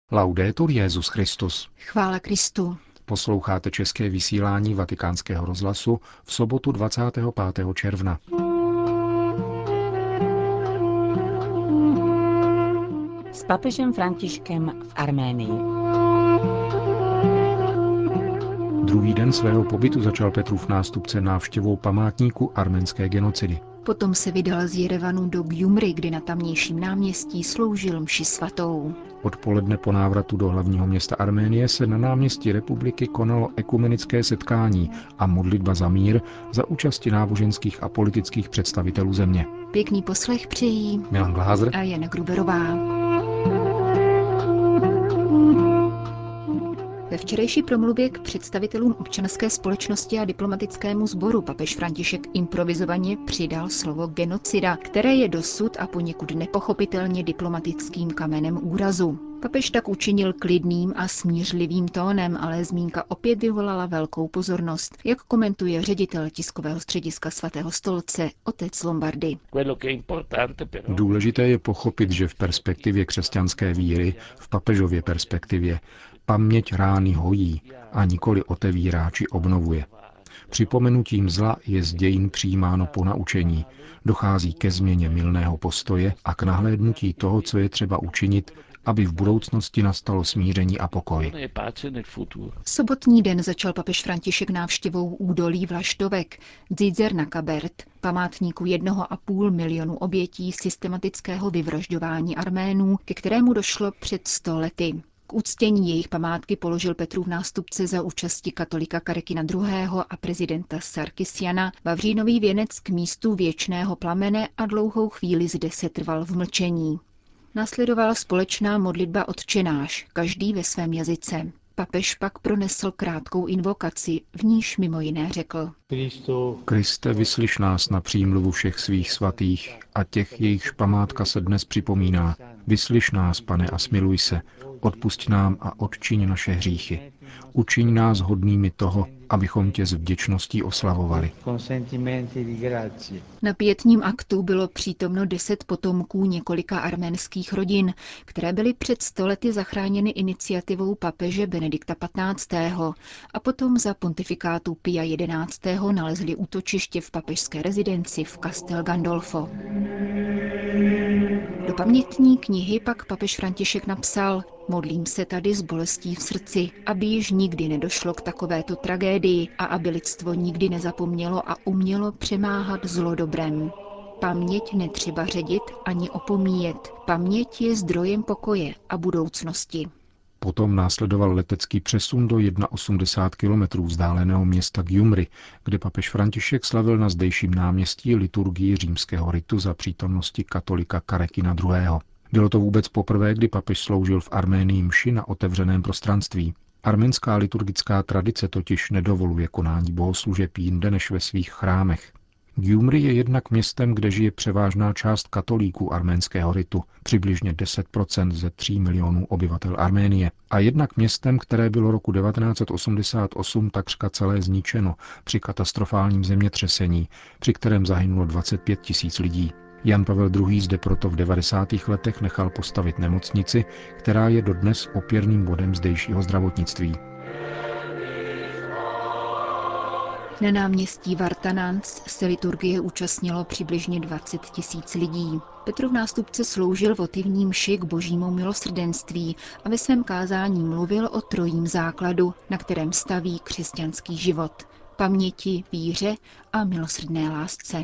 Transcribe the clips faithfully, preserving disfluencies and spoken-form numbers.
Laudetur Jesus Christus. Chvála Kristu. Posloucháte české vysílání Vatikánského rozhlasu v sobotu dvacátého pátého června. S papežem Františkem v Arménii. Druhý den svého pobytu začal Petrův nástupce návštěvou památníku arménské genocidy. Potom se vydal z Jerevanu do Gjumry, kde na tamnějším náměstí sloužil mši svatou. Odpoledne po návratu do hlavního města Arménie se na náměstí Republiky konalo ekumenické setkání a modlitba za mír za účasti náboženských a politických představitelů země. Pěkný poslech přejí Milan Glázer a Jana Gruberová. Ve včerejší promluvě k představitelům občanské společnosti a diplomatickému sboru papež František improvizovaně přidal slovo genocida, které je dosud a poněkud nepochopitelně diplomatickým kamenem úrazu. Papež tak učinil klidným a smířlivým tónem, ale zmínka opět vyvolala velkou pozornost, jak komentuje ředitel tiskového střediska Svatého stolce, otec Lombardy. Důležité je pochopit, že v perspektivě křesťanské víry, v papežově perspektivě, paměť rány hojí a nikoli otevírá či obnovuje. Připomenutím zla je z dějin přijímáno ponaučení, dochází ke změně mylného postoje a k nahlédnutí toho, co je třeba učinit, aby v budoucnosti nastalo smíření a pokoj. Sobotní den začal papež František návštěvou údolí Vlaštovek, Dzidzer-Nakabert, památníku jednoho a půl milionu obětí systematického vyvražďování Arménů, ke kterému došlo před sto lety. K uctění jejich památky položil Petrův nástupce za účasti katolika Karekina druhého. a prezidenta Sarkisiana vavřínový věnec k místu věčného plamene a dlouhou chvíli zde se trval v mlčení. Následovala společná modlitba Otčenáš, každý ve svém jazyce. Papež pak pronesl krátkou invokaci, v níž mimo jiné řekl: Kriste, vyslyš nás na přímluvu všech svých svatých a těch, jejichž památka se dnes připomíná. Vyslyš nás, Pane, a smiluj se. Odpusť nám a odčiň naše hříchy. Učiň nás hodnými toho, abychom tě s vděčností oslavovali. Na pietním aktu bylo přítomno deset potomků několika arménských rodin, které byly před sto lety zachráněny iniciativou papeže Benedikta patnáctého. a potom za pontifikátu Pia jedenáctého. nalezli útočiště v papežské rezidenci v Castel Gandolfo. Do pamětní knihy pak papež František napsal: Modlím se tady s bolestí v srdci, aby již nikdy nedošlo k takovéto tragédii a aby lidstvo nikdy nezapomnělo a umělo přemáhat zlo dobrem. Paměť netřeba ředit ani opomíjet. Paměť je zdrojem pokoje a budoucnosti. Potom následoval letecký přesun do osmdesát jedna kilometrů vzdáleného města Gjumry, kde papež František slavil na zdejším náměstí liturgii římského ritu za přítomnosti katolika Karekina druhého. Bylo to vůbec poprvé, kdy papež sloužil v Arménii mši na otevřeném prostranství. Arménská liturgická tradice totiž nedovoluje konání bohoslužeb jinde než ve svých chrámech. Gjumry je jednak městem, kde žije převážná část katolíků arménského ritu, přibližně deset procent ze tří milionů obyvatel Arménie, a jednak městem, které bylo roku devatenáct set osmdesát osm takřka celé zničeno při katastrofálním zemětřesení, při kterém zahynulo dvacet pět tisíc lidí. Jan Pavel druhý. zde proto v devadesátých letech nechal postavit nemocnici, která je dodnes opěrným bodem zdejšího zdravotnictví. Na náměstí Vartanants se liturgie účastnilo přibližně dvacet tisíc lidí. Petrův nástupce sloužil votivní mši k božímu milosrdenství a ve svém kázání mluvil o trojím základu, na kterém staví křesťanský život: paměti, víře a milosrdné lásce.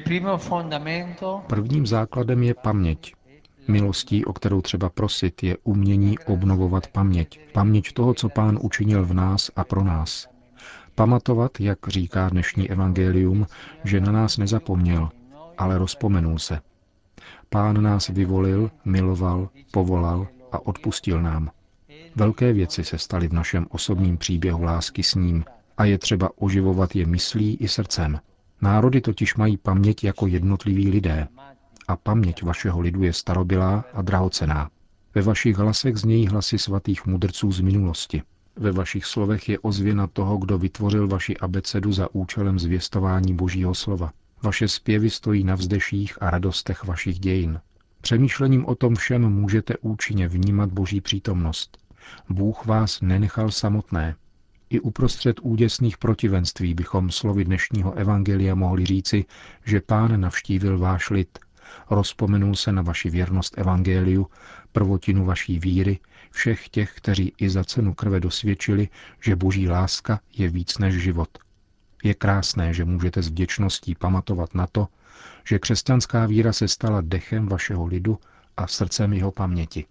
Prvním základem je paměť. Milostí, o kterou třeba prosit, je umění obnovovat paměť. Paměť toho, co Pán učinil v nás a pro nás. Pamatovat, jak říká dnešní evangelium, že na nás nezapomněl, ale rozpomenul se. Pán nás vyvolil, miloval, povolal a odpustil nám. Velké věci se staly v našem osobním příběhu lásky s ním a je třeba oživovat je myslí i srdcem. Národy totiž mají paměť jako jednotliví lidé a paměť vašeho lidu je starobylá a drahocenná. Ve vašich hlasech znějí hlasy svatých mudrců z minulosti. Ve vašich slovech je ozvěna toho, kdo vytvořil vaši abecedu za účelem zvěstování Božího slova. Vaše zpěvy stojí na vzdeších a radostech vašich dějin. Přemýšlením o tom všem můžete účinně vnímat Boží přítomnost. Bůh vás nenechal samotné. I uprostřed úděsných protivenství bychom slovy dnešního evangelia mohli říci, že Pán navštívil váš lid, rozpomenul se na vaši věrnost evangeliu, prvotinu vaší víry, všech těch, kteří i za cenu krve dosvědčili, že Boží láska je víc než život. Je krásné, že můžete s vděčností pamatovat na to, že křesťanská víra se stala dechem vašeho lidu a srdcem jeho paměti.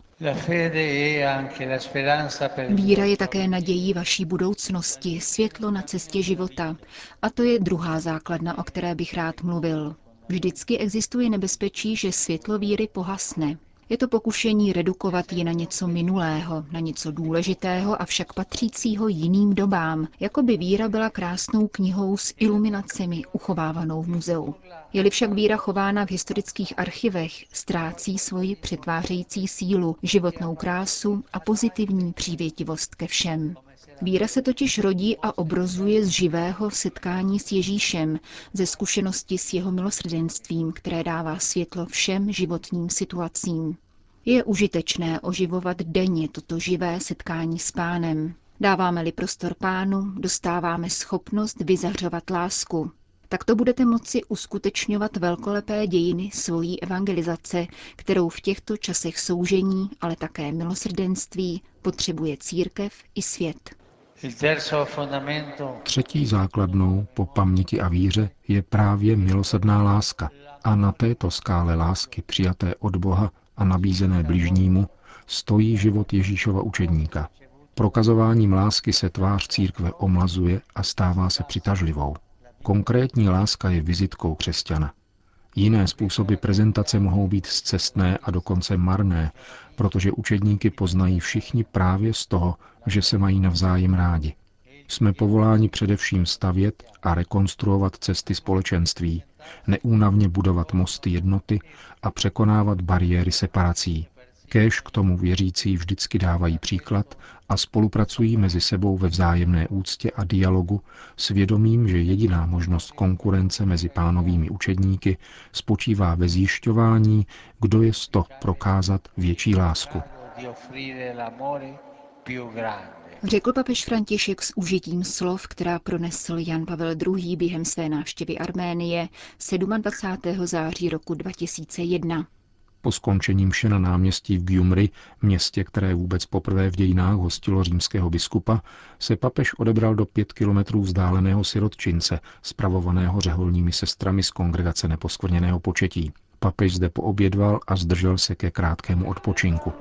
Víra je také nadějí vaší budoucnosti, světlo na cestě života. A to je druhá základna, o které bych rád mluvil. Vždycky existuje nebezpečí, že světlo víry pohasne. Je to pokušení redukovat ji na něco minulého, na něco důležitého, avšak patřícího jiným dobám, jako by víra byla krásnou knihou s iluminacemi uchovávanou v muzeu. Je-li však víra chována v historických archivech, ztrácí svoji přetvářející sílu, životnou krásu a pozitivní přívětivost ke všem. Víra se totiž rodí a obrozuje z živého setkání s Ježíšem, ze zkušenosti s jeho milosrdenstvím, které dává světlo všem životním situacím. Je užitečné oživovat denně toto živé setkání s Pánem. Dáváme-li prostor Pánu, dostáváme schopnost vyzařovat lásku. Takto budete moci uskutečňovat velkolepé dějiny svojí evangelizace, kterou v těchto časech soužení, ale také milosrdenství potřebuje církev i svět. Třetí základnou po paměti a víře je právě milosrdná láska. A na této skále lásky přijaté od Boha a nabízené bližnímu stojí život Ježíšova učedníka. Prokazováním lásky se tvář církve omlazuje a stává se přitažlivou. Konkrétní láska je vizitkou křesťana. Jiné způsoby prezentace mohou být scestné a dokonce marné, protože učedníky poznají všichni právě z toho, že se mají navzájem rádi. Jsme povoláni především stavět a rekonstruovat cesty společenství, neúnavně budovat mosty jednoty a překonávat bariéry separací. Kéž k tomu věřící vždycky dávají příklad a spolupracují mezi sebou ve vzájemné úctě a dialogu s vědomím, že jediná možnost konkurence mezi Pánovými učedníky spočívá ve zjišťování, kdo je sto prokázat větší lásku. Řekl papež František s užitím slov, která pronesl Jan Pavel druhý. během své návštěvy Arménie dvacátého sedmého září roku dva tisíce jedna. Po skončení mše na náměstí v Gyumri, městě, které vůbec poprvé v dějinách hostilo římského biskupa, se papež odebral do pět kilometrů vzdáleného sirotčince, spravovaného řeholními sestrami z kongregace Neposkvrněného početí. Papež zde poobědval a zdržel se ke krátkému odpočinku.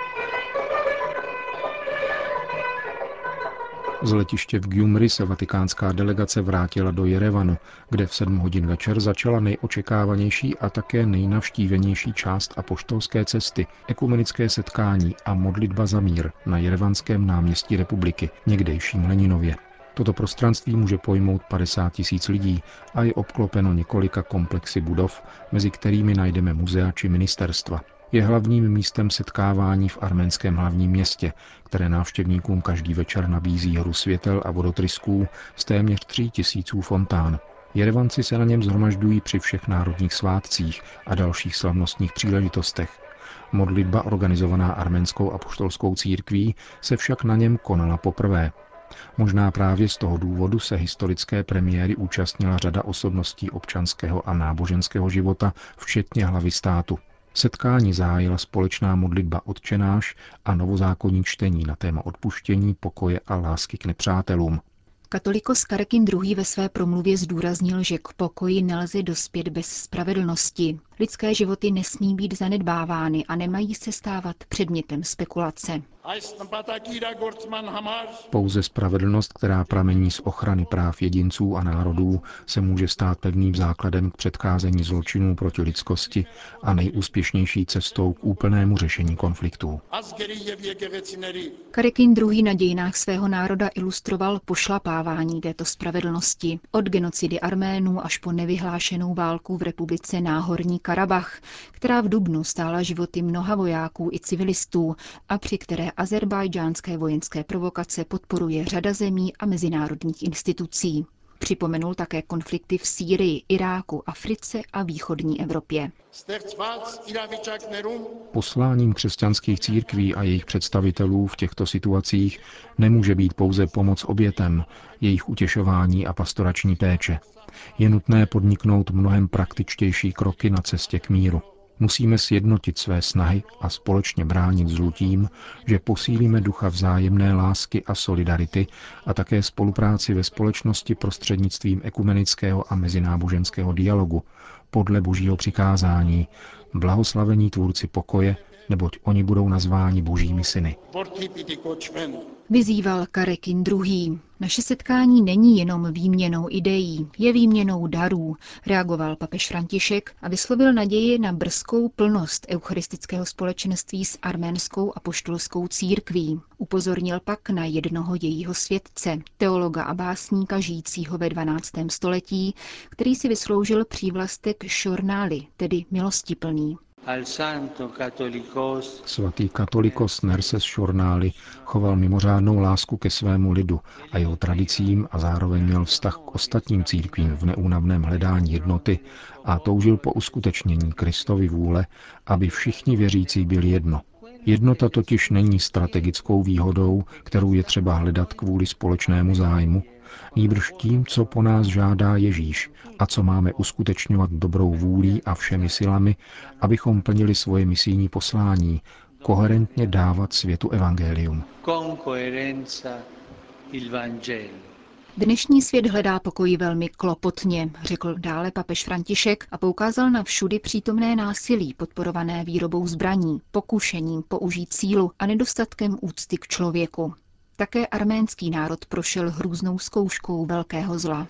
Z letiště v Gyumri se vatikánská delegace vrátila do Jerevanu, kde v sedm hodin večer začala nejočekávanější a také nejnavštívenější část apoštolské cesty, ekumenické setkání a modlitba za mír na Jerevanském náměstí Republiky, někdejším Leninově. Toto prostranství může pojmout padesát tisíc lidí a je obklopeno několika komplexy budov, mezi kterými najdeme muzea či ministerstva. Je hlavním místem setkávání v arménském hlavním městě, které návštěvníkům každý večer nabízí hru světel a vodotrysků z téměř tří tisíců fontán. Jerevanci se na něm shromažďují při všech národních svátcích a dalších slavnostních příležitostech. Modlitba organizovaná arménskou apoštolskou církví se však na něm konala poprvé. Možná právě z toho důvodu se historické premiéry účastnila řada osobností občanského a náboženského života, včetně hlavy státu. Setkání zahájila společná modlitba Otčenáš a novozákonní čtení na téma odpuštění, pokoje a lásky k nepřátelům. Katolikos Karekin druhý. ve své promluvě zdůraznil, že k pokoji nelze dospět bez spravedlnosti. Lidské životy nesmí být zanedbávány a nemají se stávat předmětem spekulace. Pouze spravedlnost, která pramení z ochrany práv jedinců a národů, se může stát pevným základem k předcházení zločinů proti lidskosti a nejúspěšnější cestou k úplnému řešení konfliktů. Karekin druhý. na dějinách svého národa ilustroval pošlapávání této spravedlnosti od genocidy Arménů až po nevyhlášenou válku v republice Náhorní Karabach, která v dubnu stála životy mnoha vojáků i civilistů a při které azerbajdžánské vojenské provokace podporuje řada zemí a mezinárodních institucí. Připomenul také konflikty v Sýrii, Iráku, Africe a východní Evropě. Posláním křesťanských církví a jejich představitelů v těchto situacích nemůže být pouze pomoc obětem, jejich utěšování a pastorační péče. Je nutné podniknout mnohem praktičtější kroky na cestě k míru. Musíme sjednotit své snahy a společně bránit zlu tím, že posílíme ducha vzájemné lásky a solidarity a také spolupráci ve společnosti prostřednictvím ekumenického a mezináboženského dialogu podle božího přikázání, blahoslavení tvůrci pokoje, neboť oni budou nazváni božími syny. Vyzýval Karekin druhý. Naše setkání není jenom výměnou ideí, je výměnou darů, reagoval papež František a vyslovil naději na brzkou plnost eucharistického společenství s arménskou apoštolskou církví. Upozornil pak na jednoho jejího světce, teologa a básníka žijícího ve dvanáctém století, který si vysloužil přívlastek šornáli, tedy milostiplný. Svatý katolikos Nerses Šornáli choval mimořádnou lásku ke svému lidu a jeho tradicím a zároveň měl vztah k ostatním církvím v neúnavném hledání jednoty a toužil po uskutečnění Kristovy vůle, aby všichni věřící byli jedno. Jednota totiž není strategickou výhodou, kterou je třeba hledat kvůli společnému zájmu, nýbrž tím, co po nás žádá Ježíš a co máme uskutečňovat dobrou vůlí a všemi silami, abychom plnili svoje misijní poslání, koherentně dávat světu evangelium. Dnešní svět hledá pokoj velmi klopotně, řekl dále papež František a poukázal na všudy přítomné násilí podporované výrobou zbraní, pokušením použít sílu a nedostatkem úcty k člověku. Také arménský národ prošel hrůznou zkouškou velkého zla.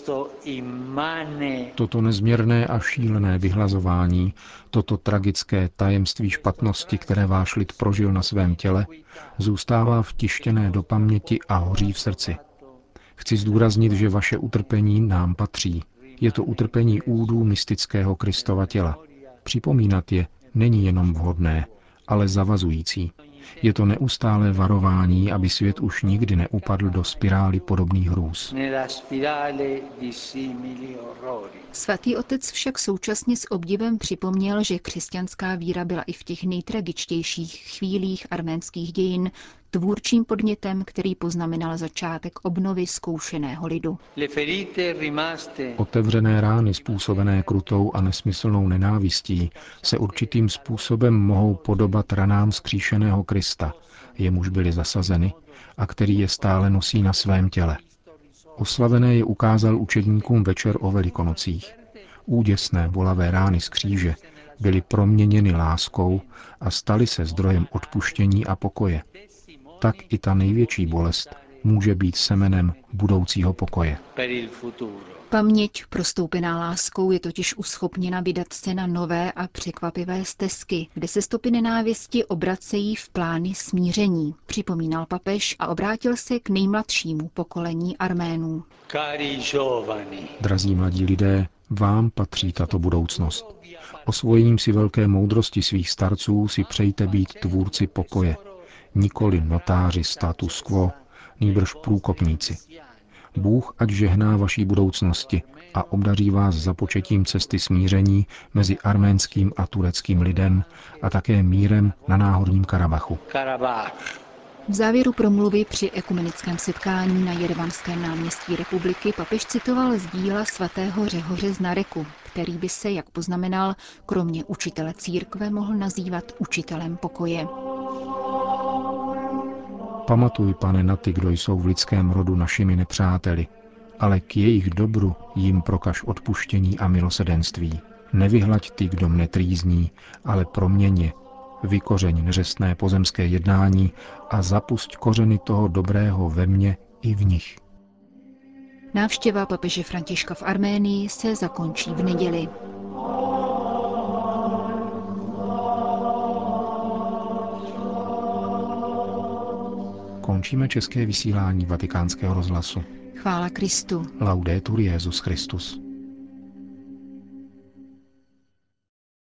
Toto nezměrné a šílené vyhlazování, toto tragické tajemství špatnosti, které váš lid prožil na svém těle, zůstává vtištěné do paměti a hoří v srdci. Chci zdůraznit, že vaše utrpení nám patří. Je to utrpení údů mystického Kristova těla. Připomínat je není jenom vhodné, ale zavazující. Je to neustálé varování, aby svět už nikdy neupadl do spirály podobných hrůz. Svatý otec však současně s obdivem připomněl, že křesťanská víra byla i v těch nejtragičtějších chvílích arménských dějin tvůrčím podnětem, který poznamenal začátek obnovy zkoušeného lidu. Otevřené rány způsobené krutou a nesmyslnou nenávistí se určitým způsobem mohou podobat ranám vzkříšeného Krista, jemuž byly zasazeny a který je stále nosí na svém těle. Oslavené je ukázal učedníkům večer o Velikonocích. Úděsné bolavé rány z kříže byly proměněny láskou a staly se zdrojem odpuštění a pokoje. Tak i ta největší bolest může být semenem budoucího pokoje. Paměť prostoupená láskou je totiž uschopněna vydat se na nové a překvapivé stezky, kde se stopy nenávisti obracejí v plány smíření, připomínal papež a obrátil se k nejmladšímu pokolení Arménů. Drazí mladí lidé, vám patří tato budoucnost. Osvojením si velké moudrosti svých starců si přejte být tvůrci pokoje, nikoli notáři status quo, nýbrž průkopníci. Bůh ať žehná vaší budoucnosti a obdaří vás započetím cesty smíření mezi arménským a tureckým lidem a také mírem na náhorním Karabachu. V závěru promluvy při ekumenickém setkání na Jerevanském náměstí republiky papež citoval z díla svatého Řehoře z Nareku, který by se, jak poznamenal, kromě učitele církve mohl nazývat učitelem pokoje. Pamatuj, Pane, na ty, kdo jsou v lidském rodu našimi nepřáteli, ale k jejich dobru jim prokaž odpuštění a milosedenství. Nevyhlaď ty, kdo mne trýzní, ale proměň je, vykořeň neřestné pozemské jednání a zapusť kořeny toho dobrého ve mně i v nich. Návštěva papeže Františka v Arménii se zakončí v neděli. Končíme české vysílání Vatikánského rozhlasu. Chvála Kristu. Laudetur Jesus Christus.